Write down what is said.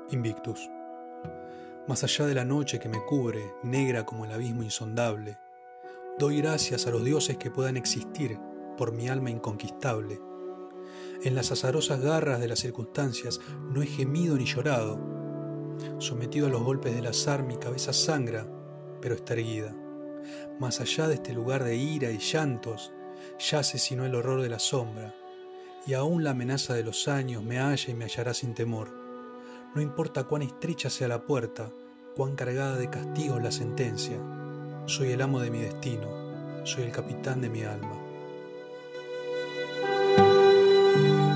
Invictus. Más allá de la noche que me cubre, negra como el abismo insondable, doy gracias a los dioses que puedan existir por mi alma inconquistable. En las azarosas garras de las circunstancias no he gemido ni llorado. Sometido a los golpes del azar mi cabeza sangra, pero está erguida. Más allá de este lugar de ira y llantos, yace sino el horror de la sombra, y aún la amenaza de los años me halla y me hallará sin temor. No importa cuán estrecha sea la puerta, cuán cargada de castigos la sentencia, soy el amo de mi destino, soy el capitán de mi alma.